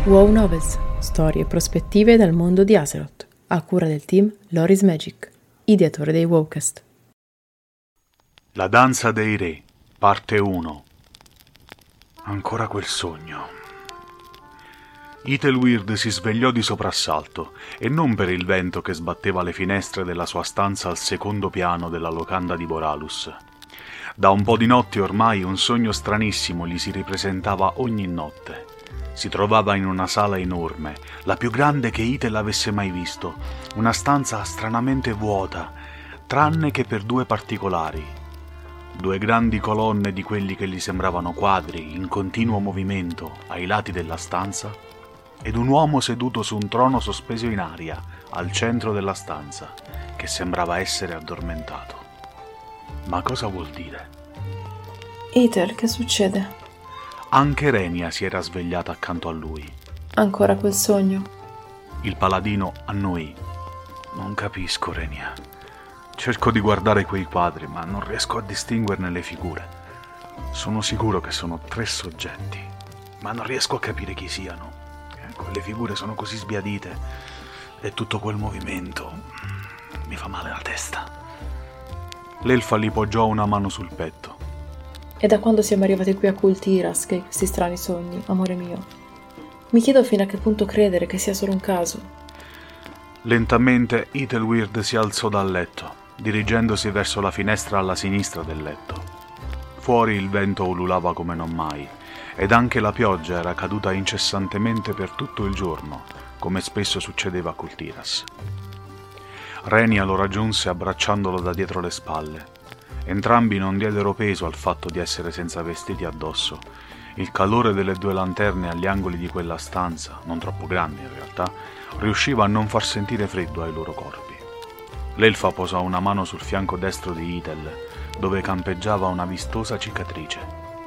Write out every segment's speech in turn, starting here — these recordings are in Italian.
WoW Novels, storie e prospettive dal mondo di Azeroth, a cura del team Loris Magic, ideatore dei WoWcast. La danza dei re, parte 1. Ancora quel sogno. Ethelweird si svegliò di soprassalto, e non per il vento che sbatteva le finestre della sua stanza al secondo piano della locanda di Boralus. Da un po' di notti ormai un sogno stranissimo gli si ripresentava ogni notte. Si trovava in una sala enorme, la più grande che Ethel avesse mai visto, una stanza stranamente vuota, tranne che per due particolari. Due grandi colonne di quelli che gli sembravano quadri in continuo movimento ai lati della stanza ed un uomo seduto su un trono sospeso in aria al centro della stanza, che sembrava essere addormentato. Ma cosa vuol dire? Ethel, che succede? Anche Renia si era svegliata accanto a lui. Ancora quel sogno? Il paladino annuì. Non capisco, Renia. Cerco di guardare quei quadri, ma non riesco a distinguerne le figure. Sono sicuro che sono 3 soggetti, ma non riesco a capire chi siano. Quelle figure sono così sbiadite e tutto quel movimento mi fa male la testa. L'elfa gli poggiò una mano sul petto. È da quando siamo arrivati qui a Kultiras che hai questi strani sogni, amore mio. Mi chiedo fino a che punto credere che sia solo un caso. Lentamente Ethelweird si alzò dal letto, dirigendosi verso la finestra alla sinistra del letto. Fuori il vento ululava come non mai, ed anche la pioggia era caduta incessantemente per tutto il giorno, come spesso succedeva a Kultiras. Renia lo raggiunse abbracciandolo da dietro le spalle. Entrambi non diedero peso al fatto di essere senza vestiti addosso. Il calore delle 2 lanterne agli angoli di quella stanza, non troppo grandi in realtà, riusciva a non far sentire freddo ai loro corpi. L'elfa posò una mano sul fianco destro di Ethel, dove campeggiava una vistosa cicatrice.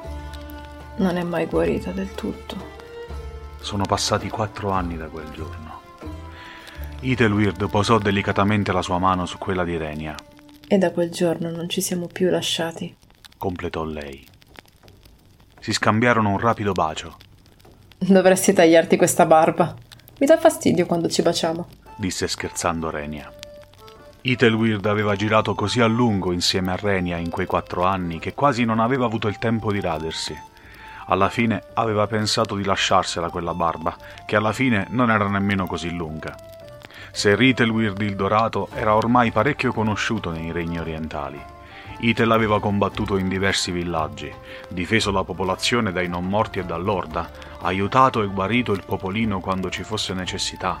Non è mai guarita del tutto. Sono passati 4 anni da quel giorno. Ethelweird posò delicatamente la sua mano su quella di Renia. E da quel giorno non ci siamo più lasciati, completò lei. Si scambiarono un rapido bacio. Dovresti tagliarti questa barba. Mi dà fastidio quando ci baciamo, disse scherzando Renia. Ethelweird aveva girato così a lungo insieme a Renia in quei 4 anni che quasi non aveva avuto il tempo di radersi. Alla fine aveva pensato di lasciarsela quella barba, che alla fine non era nemmeno così lunga. Ser Ethelweird il Dorato era ormai parecchio conosciuto nei regni orientali. Ethel aveva combattuto in diversi villaggi, difeso la popolazione dai non morti e dall'orda, aiutato e guarito il popolino quando ci fosse necessità.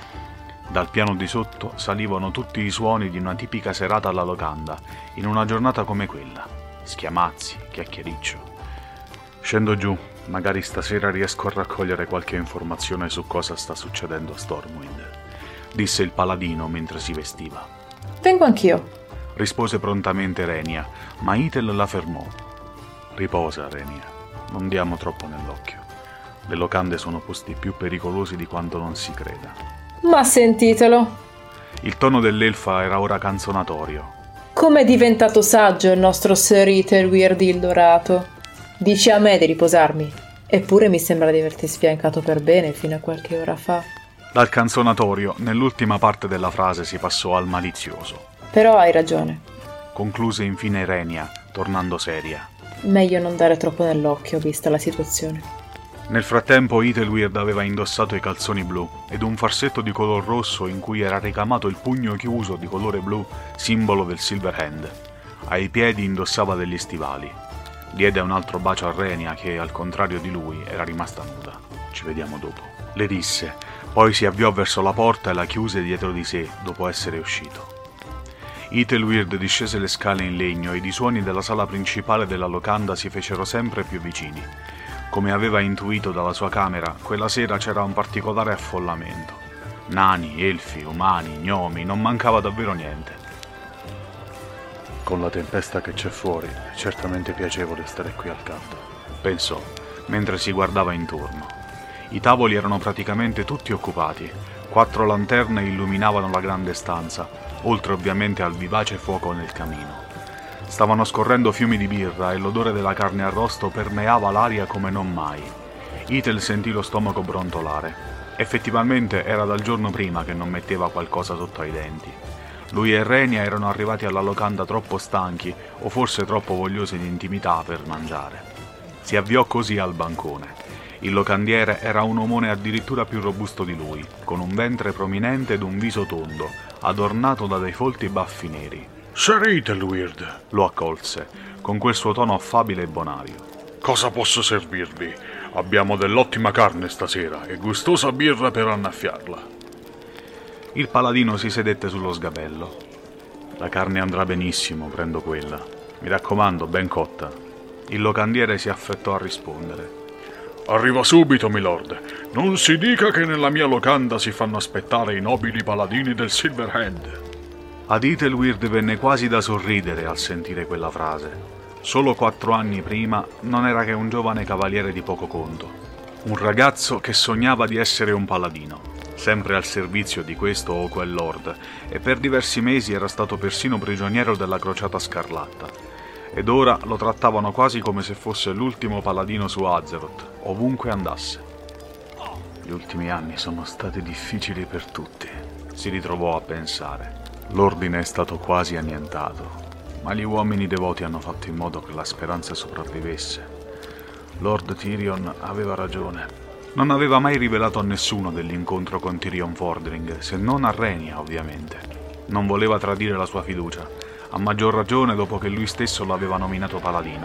Dal piano di sotto salivano tutti i suoni di una tipica serata alla locanda, in una giornata come quella. Schiamazzi, chiacchiericcio. Scendo giù, magari stasera riesco a raccogliere qualche informazione su cosa sta succedendo a Stormwind, disse il paladino mentre si vestiva. Vengo anch'io, rispose prontamente Renia, ma Ethel la fermò. Riposa, Renia, non diamo troppo nell'occhio. Le locande sono posti più pericolosi di quanto non si creda. Ma sentitelo! Il tono dell'elfa era ora canzonatorio. Come è diventato saggio il nostro Ser Ethelweird il Dorato. Dici a me di riposarmi, eppure mi sembra di averti sfiancato per bene fino a qualche ora fa. Dal canzonatorio, nell'ultima parte della frase si passò al malizioso. Però hai ragione, concluse infine Renia, tornando seria. Meglio non dare troppo nell'occhio, vista la situazione. Nel frattempo Ethelweird aveva indossato i calzoni blu ed un farsetto di color rosso in cui era ricamato il pugno chiuso di colore blu, simbolo del Silverhand. Ai piedi indossava degli stivali. Diede un altro bacio a Renia che, al contrario di lui, era rimasta nuda. Ci vediamo dopo, le disse. Poi si avviò verso la porta e la chiuse dietro di sé dopo essere uscito. Ethelweird discese le scale in legno ed i suoni della sala principale della locanda si fecero sempre più vicini. Come aveva intuito dalla sua camera, quella sera c'era un particolare affollamento. Nani, elfi, umani, gnomi, non mancava davvero niente. Con la tempesta che c'è fuori, è certamente piacevole stare qui al caldo, pensò, mentre si guardava intorno. I tavoli erano praticamente tutti occupati. 4 lanterne illuminavano la grande stanza, oltre ovviamente al vivace fuoco nel camino. Stavano scorrendo fiumi di birra e l'odore della carne arrosto permeava l'aria come non mai. Ethel sentì lo stomaco brontolare. Effettivamente era dal giorno prima che non metteva qualcosa sotto ai denti. Lui e Renia erano arrivati alla locanda troppo stanchi o forse troppo vogliosi di intimità per mangiare. Si avviò così al bancone. Il locandiere era un omone addirittura più robusto di lui, con un ventre prominente ed un viso tondo, adornato da dei folti baffi neri. Sir Ethelweard, Lo accolse, con quel suo tono affabile e bonario. cosa posso servirvi? Abbiamo dell'ottima carne stasera e gustosa birra per annaffiarla. Il paladino si sedette sullo sgabello. La carne andrà benissimo, prendo quella. Mi raccomando, ben cotta. Il locandiere si affrettò a rispondere. Arriva subito, milord. Non si dica che nella mia locanda si fanno aspettare i nobili paladini del Silverhand. Ad Ethelweard venne quasi da sorridere al sentire quella frase. Solo 4 anni prima non era che un giovane cavaliere di poco conto. Un ragazzo che sognava di essere un paladino, sempre al servizio di questo o quel lord, e per diversi mesi era stato persino prigioniero della Crociata Scarlatta. Ed ora lo trattavano quasi come se fosse l'ultimo paladino su Azeroth, ovunque andasse. Gli ultimi anni sono stati difficili per tutti, si ritrovò a pensare. L'ordine è stato quasi annientato, ma gli uomini devoti hanno fatto in modo che la speranza sopravvivesse. Lord Tyrion aveva ragione. Non aveva mai rivelato a nessuno dell'incontro con Tyrion Fordring, se non a Rhaenyra, ovviamente. Non voleva tradire la sua fiducia, a maggior ragione dopo che lui stesso l'aveva nominato paladino.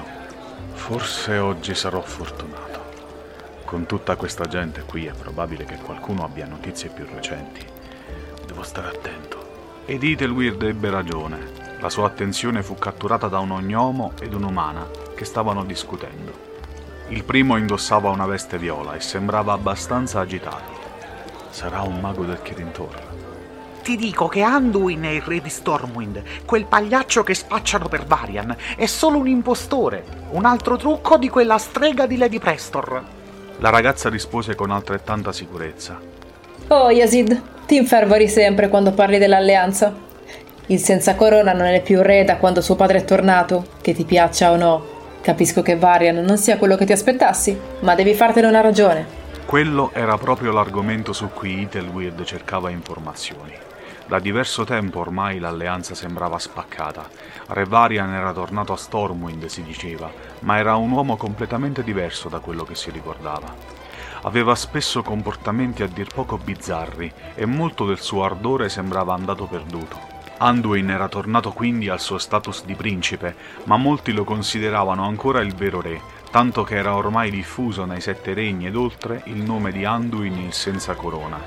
Forse oggi sarò fortunato. Con tutta questa gente qui è probabile che qualcuno abbia notizie più recenti. Devo stare attento. Ed Ethelweard ebbe ragione. La sua attenzione fu catturata da un ognomo ed un'umana che stavano discutendo. Il primo indossava una veste viola e sembrava abbastanza agitato. Sarà un mago del Kirin-Tor. Ti dico che Anduin è il re di Stormwind, quel pagliaccio che spacciano per Varian, è solo un impostore, un altro trucco di quella strega di Lady Prestor. La ragazza rispose con altrettanta sicurezza. Oh, Yazid, ti infervori sempre quando parli dell'alleanza. Il senza corona non è più re da quando suo padre è tornato, che ti piaccia o no. Capisco che Varian non sia quello che ti aspettassi, ma devi fartene una ragione. Quello era proprio l'argomento su cui Ethelweard cercava informazioni. Da diverso tempo ormai l'alleanza sembrava spaccata. Re Varian era tornato a Stormwind, si diceva, ma era un uomo completamente diverso da quello che si ricordava. Aveva spesso comportamenti a dir poco bizzarri e molto del suo ardore sembrava andato perduto. Anduin era tornato quindi al suo status di principe, ma molti lo consideravano ancora il vero re, tanto che era ormai diffuso nei 7 regni ed oltre il nome di Anduin il senza corona.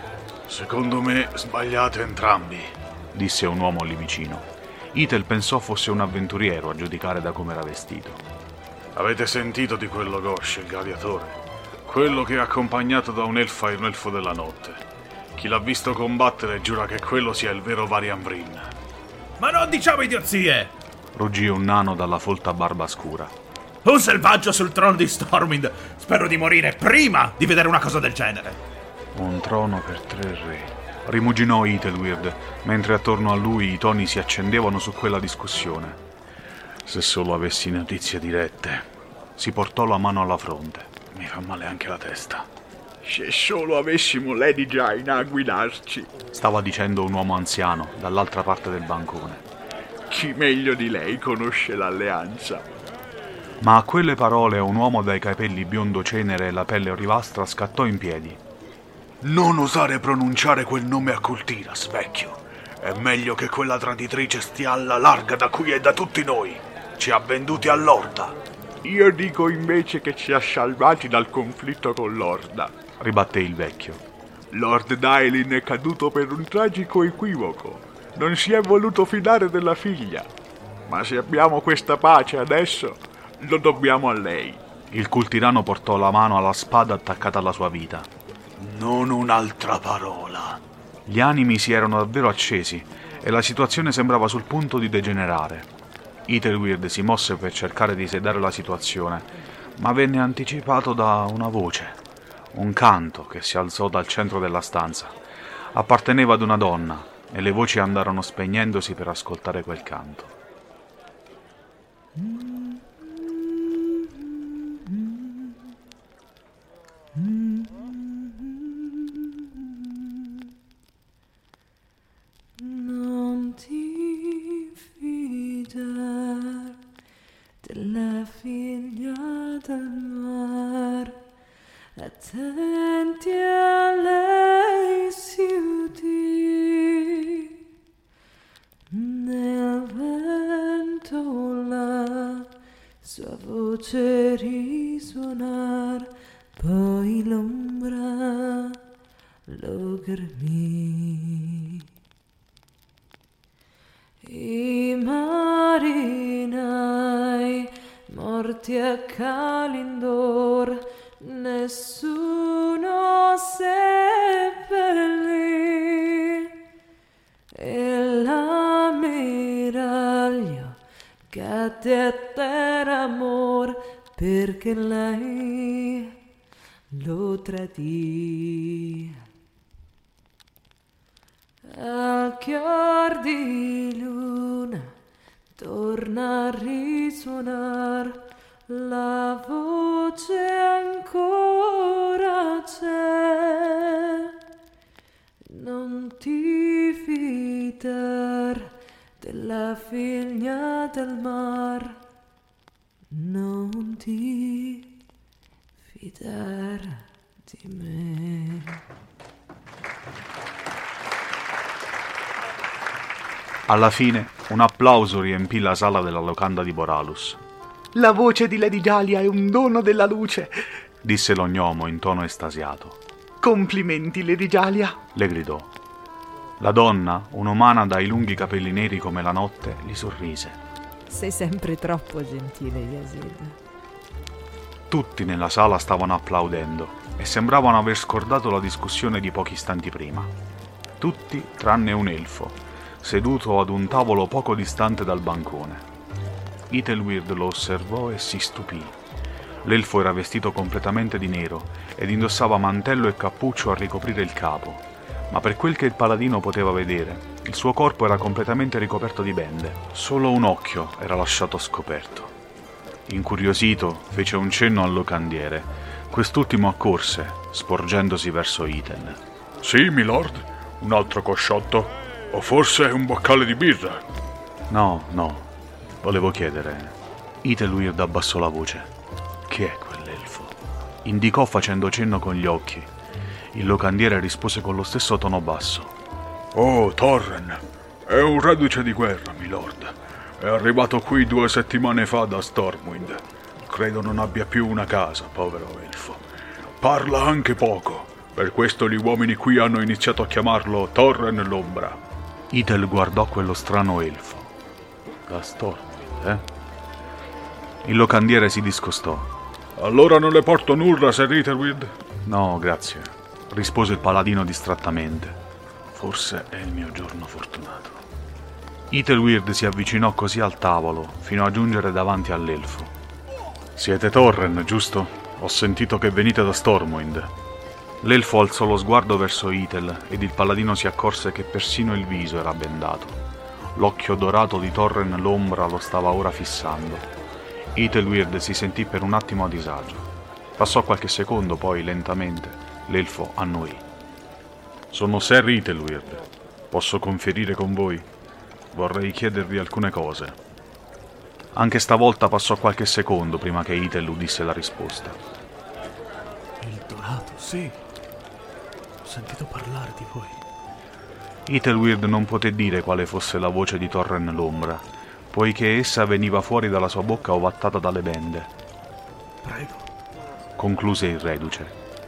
Secondo me sbagliate entrambi, disse un uomo lì vicino. Ethel pensò fosse un avventuriero a giudicare da come era vestito. Avete sentito di quello Gosh, il gladiatore? Quello che è accompagnato da un elfo e un elfo della notte. Chi l'ha visto combattere giura che quello sia il vero Varian Vryn. Ma non diciamo idiozie! Ruggì un nano dalla folta barba scura. Un selvaggio sul trono di Stormwind! Spero di morire prima di vedere una cosa del genere! Un trono per 3 re, rimuginò Ethelweard, mentre attorno a lui i toni si accendevano su quella discussione. Se solo avessi notizie dirette. Si portò la mano alla fronte. Mi fa male anche la testa. Se solo avessimo Lady Jaina a guidarci, stava dicendo un uomo anziano dall'altra parte del bancone. Chi meglio di lei conosce l'alleanza? Ma a quelle parole un uomo dai capelli biondo cenere e la pelle olivastra scattò in piedi. Non osare pronunciare quel nome a Kultiras, vecchio. È meglio che quella traditrice stia alla larga da qui e da tutti noi. Ci ha venduti all'Orda. Io dico invece che ci ha salvati dal conflitto con l'Orda, ribatté il vecchio. Lord Daelin è caduto per un tragico equivoco. Non si è voluto fidare della figlia. Ma se abbiamo questa pace adesso, lo dobbiamo a lei. Il cultirano portò la mano alla spada attaccata alla sua vita. Non un'altra parola. Gli animi si erano davvero accesi e la situazione sembrava sul punto di degenerare. Ethelweard si mosse per cercare di sedare la situazione, ma venne anticipato da una voce, un canto che si alzò dal centro della stanza. Apparteneva ad una donna e le voci andarono spegnendosi per ascoltare quel canto. attenti a lei si udì nel vento la sua voce risuonar, poi l'ombra lo ghermì. I marinai morti a Kalindor, nessuno seppellì, e l'ammiraglio cadde a terra amor, perché lei lo tradì. Al chiar di luna torna a risuonar, la voce ancora c'è. Non ti fidar della figlia del mar, non ti fidar di me. Alla fine un applauso riempì la sala della locanda di Boralus. La voce di Lady Jalia è un dono della luce, disse lo gnomo in tono estasiato. Complimenti, Lady Jalia, le gridò. La donna, un'umana dai lunghi capelli neri come la notte, gli sorrise. Sei sempre troppo gentile, Yazid. Tutti nella sala stavano applaudendo e sembravano aver scordato la discussione di pochi istanti prima. Tutti tranne un elfo, seduto ad un tavolo poco distante dal bancone. Ethelweird lo osservò e si stupì. L'elfo era vestito completamente di nero ed indossava mantello e cappuccio a ricoprire il capo, ma per quel che il paladino poteva vedere, il suo corpo era completamente ricoperto di bende. Solo un occhio era lasciato scoperto. Incuriosito, fece un cenno al locandiere. Quest'ultimo accorse, sporgendosi verso Ethel. Sì, milord? Un altro cosciotto? O forse un boccale di birra? No. Volevo chiedere. Ethelweird abbassò la voce. Chi è quell'elfo? Indicò facendo cenno con gli occhi. Il locandiere rispose con lo stesso tono basso. Oh, Torren. È un reduce di guerra, milord. È arrivato qui 2 settimane fa da Stormwind. Credo non abbia più una casa, povero elfo. Parla anche poco. Per questo gli uomini qui hanno iniziato a chiamarlo Torren l'Ombra. Ethel guardò quello strano elfo. Da Stormwind, eh? Il locandiere si discostò. Allora non le porto nulla, Sir Ethelweird? No, grazie, rispose il paladino distrattamente. Forse è il mio giorno fortunato. Ethelweird si avvicinò così al tavolo fino a giungere davanti all'elfo. Siete Torren, giusto? Ho sentito che venite da Stormwind. L'elfo alzò lo sguardo verso Ethel ed il paladino si accorse che persino il viso era bendato. L'occhio dorato di Torren l'ombra lo stava ora fissando. Ethelweird si sentì per un attimo a disagio. Passò qualche secondo, poi lentamente l'elfo annuì. Sono Sir Ethelweird. Posso conferire con voi? Vorrei chiedervi alcune cose. Anche stavolta passò qualche secondo prima che Ethel udisse la risposta. Il dorato, sì. Ho sentito parlare di voi. Ethelweird non poté dire quale fosse la voce di Torren l'Ombra, poiché essa veniva fuori dalla sua bocca ovattata dalle bende. Prego, concluse il reduce.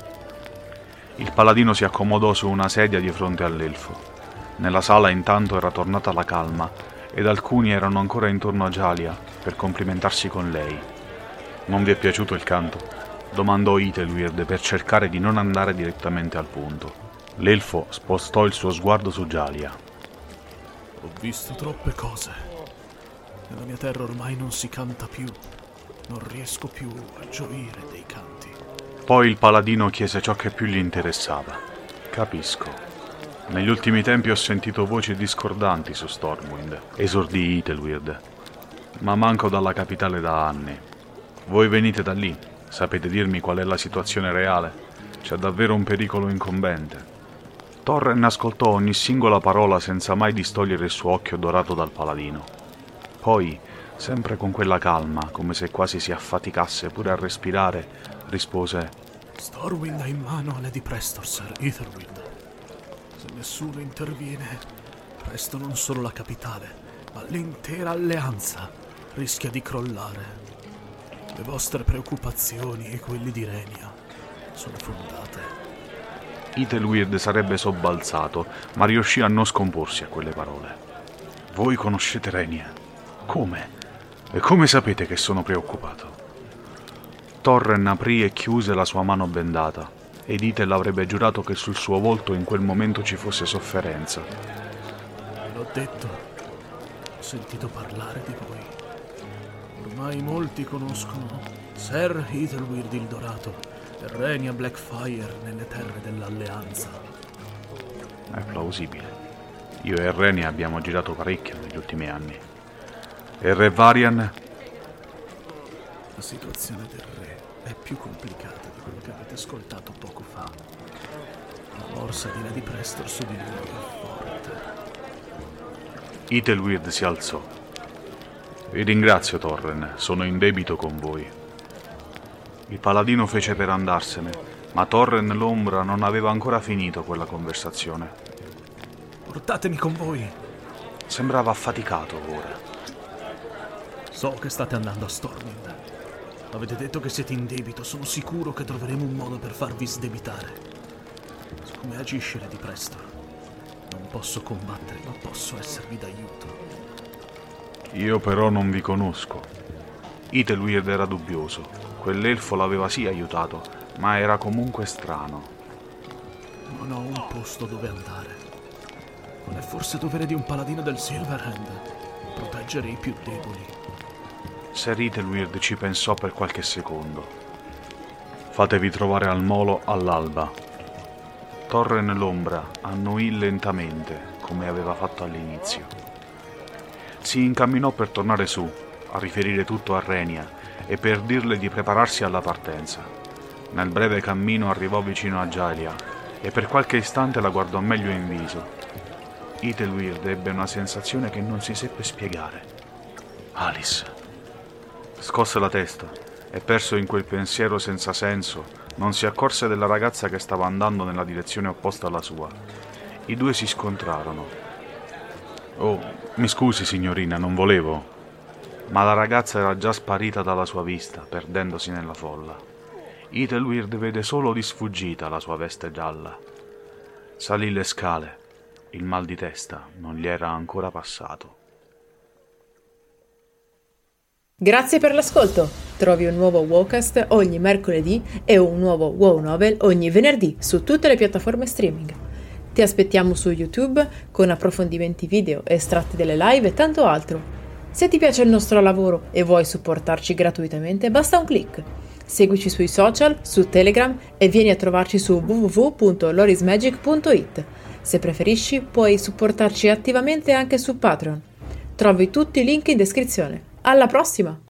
Il paladino si accomodò su una sedia di fronte all'elfo. Nella sala intanto era tornata la calma ed alcuni erano ancora intorno a Jalia per complimentarsi con lei. Non vi è piaciuto il canto? Domandò Ethelweird per cercare di non andare direttamente al punto. L'elfo spostò il suo sguardo su Jalia. Ho visto troppe cose. Nella mia terra ormai non si canta più. Non riesco più a gioire dei canti. Poi il paladino chiese ciò che più gli interessava. Capisco. Negli ultimi tempi ho sentito voci discordanti su Stormwind, esordì Ethelweird. Ma manco dalla capitale da anni. Voi venite da lì. Sapete dirmi qual è la situazione reale? C'è davvero un pericolo incombente. Torren ascoltò ogni singola parola senza mai distogliere il suo occhio dorato dal paladino. Poi, sempre con quella calma, come se quasi si affaticasse pure a respirare, rispose: Stormwind ha in mano Lady Prestor, Sir Ethelweard. Se nessuno interviene, presto non solo la capitale, ma l'intera alleanza rischia di crollare. Le vostre preoccupazioni e quelli di Renia sono fondate. Ethelweard sarebbe sobbalzato, ma riuscì a non scomporsi a quelle parole. Voi conoscete Renia? Come? E come sapete che sono preoccupato? Torren aprì e chiuse la sua mano bendata, ed Ethel avrebbe giurato che sul suo volto in quel momento ci fosse sofferenza. L'ho detto, ho sentito parlare di voi. Ormai molti conoscono Sir Ethelweard il Dorato e Renia Blackfire nelle terre dell'Alleanza. È plausibile. Io e Renia abbiamo girato parecchio negli ultimi anni. E Re Varian? La situazione del re è più complicata di quello che avete ascoltato poco fa. La morsa di Lady Prestor su di lui è forte. Ethelweard si alzò. Vi ringrazio, Torren, sono in debito con voi. Il paladino fece per andarsene, ma Torren l'ombra non aveva ancora finito quella conversazione. Portatemi con voi. Sembrava affaticato ora. So che state andando a Stormwind. Avete detto che siete in debito, sono sicuro che troveremo un modo per farvi sdebitare. Come agisce Lady Prestor? Non posso combattere, ma posso esservi d'aiuto. Io però non vi conosco. Ethelweard era dubbioso. Quell'elfo l'aveva sì aiutato, ma era comunque strano. Non ho un posto dove andare. Non è forse dovere di un paladino del Silverhand proteggere i più deboli? Sir Ethelweard ci pensò per qualche secondo. Fatevi trovare al molo all'alba. Torren l'ombra annuì lentamente, come aveva fatto all'inizio. Si incamminò per tornare su, a riferire tutto a Renia e per dirle di prepararsi alla partenza. Nel breve cammino arrivò vicino a Jaelia e per qualche istante la guardò meglio in viso. Ethelweard ebbe una sensazione che non si seppe spiegare. Alice. Scosse la testa e, perso in quel pensiero senza senso, non si accorse della ragazza che stava andando nella direzione opposta alla sua. I due si scontrarono. Oh, mi scusi signorina, non volevo. Ma la ragazza era già sparita dalla sua vista, perdendosi nella folla. Ethelweard vede solo di sfuggita la sua veste gialla. Salì le scale. Il mal di testa non gli era ancora passato. Grazie per l'ascolto! Trovi un nuovo Wowcast ogni mercoledì e un nuovo Wow Novel ogni venerdì su tutte le piattaforme streaming. Ti aspettiamo su YouTube con approfondimenti video, estratti delle live e tanto altro. Se ti piace il nostro lavoro e vuoi supportarci gratuitamente, basta un click. Seguici sui social, su Telegram e vieni a trovarci su www.lorismagic.it. Se preferisci, puoi supportarci attivamente anche su Patreon. Trovi tutti i link in descrizione. Alla prossima!